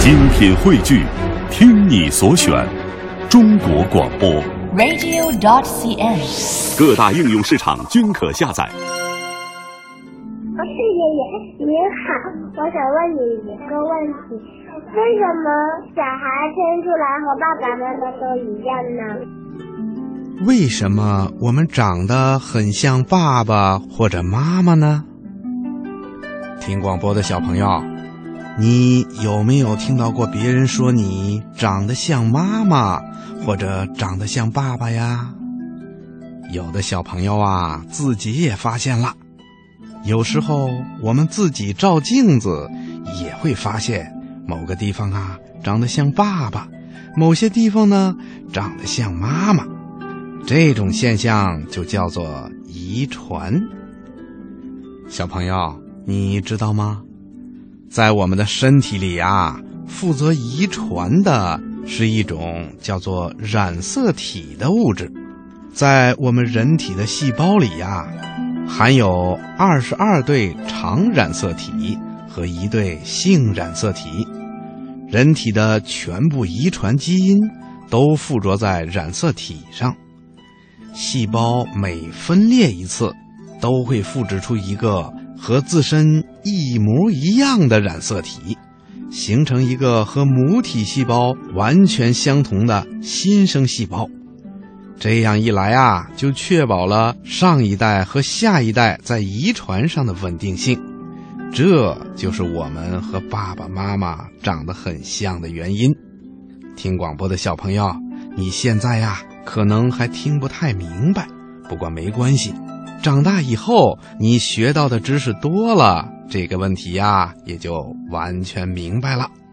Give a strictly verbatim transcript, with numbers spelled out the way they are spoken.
精品汇聚，听你所选，中国广播 radio dot c n， 各大应用市场均可下载。 我是爷爷，您好，我想问你一个问题：为什么小孩生出来和爸爸妈妈都一样呢？ 为什么我们长得很像爸爸或者妈妈呢？听广播的小朋友，你有没有听到过别人说你长得像妈妈或者长得像爸爸呀？有的小朋友啊，自己也发现了。有时候我们自己照镜子也会发现某个地方啊长得像爸爸，某些地方呢长得像妈妈。这种现象就叫做遗传。小朋友，你知道吗？在我们的身体里啊，负责遗传的是一种叫做染色体的物质。在我们人体的细胞里啊，含有二十二对常染色体和一对性染色体。人体的全部遗传基因都附着在染色体上。细胞每分裂一次，都会复制出一个和自身一模一样的染色体，形成一个和母体细胞完全相同的新生细胞。这样一来啊，就确保了上一代和下一代在遗传上的稳定性。这就是我们和爸爸妈妈长得很像的原因。听广播的小朋友，你现在呀，可能还听不太明白，不过没关系，长大以后你学到的知识多了，这个问题呀，也就完全明白了。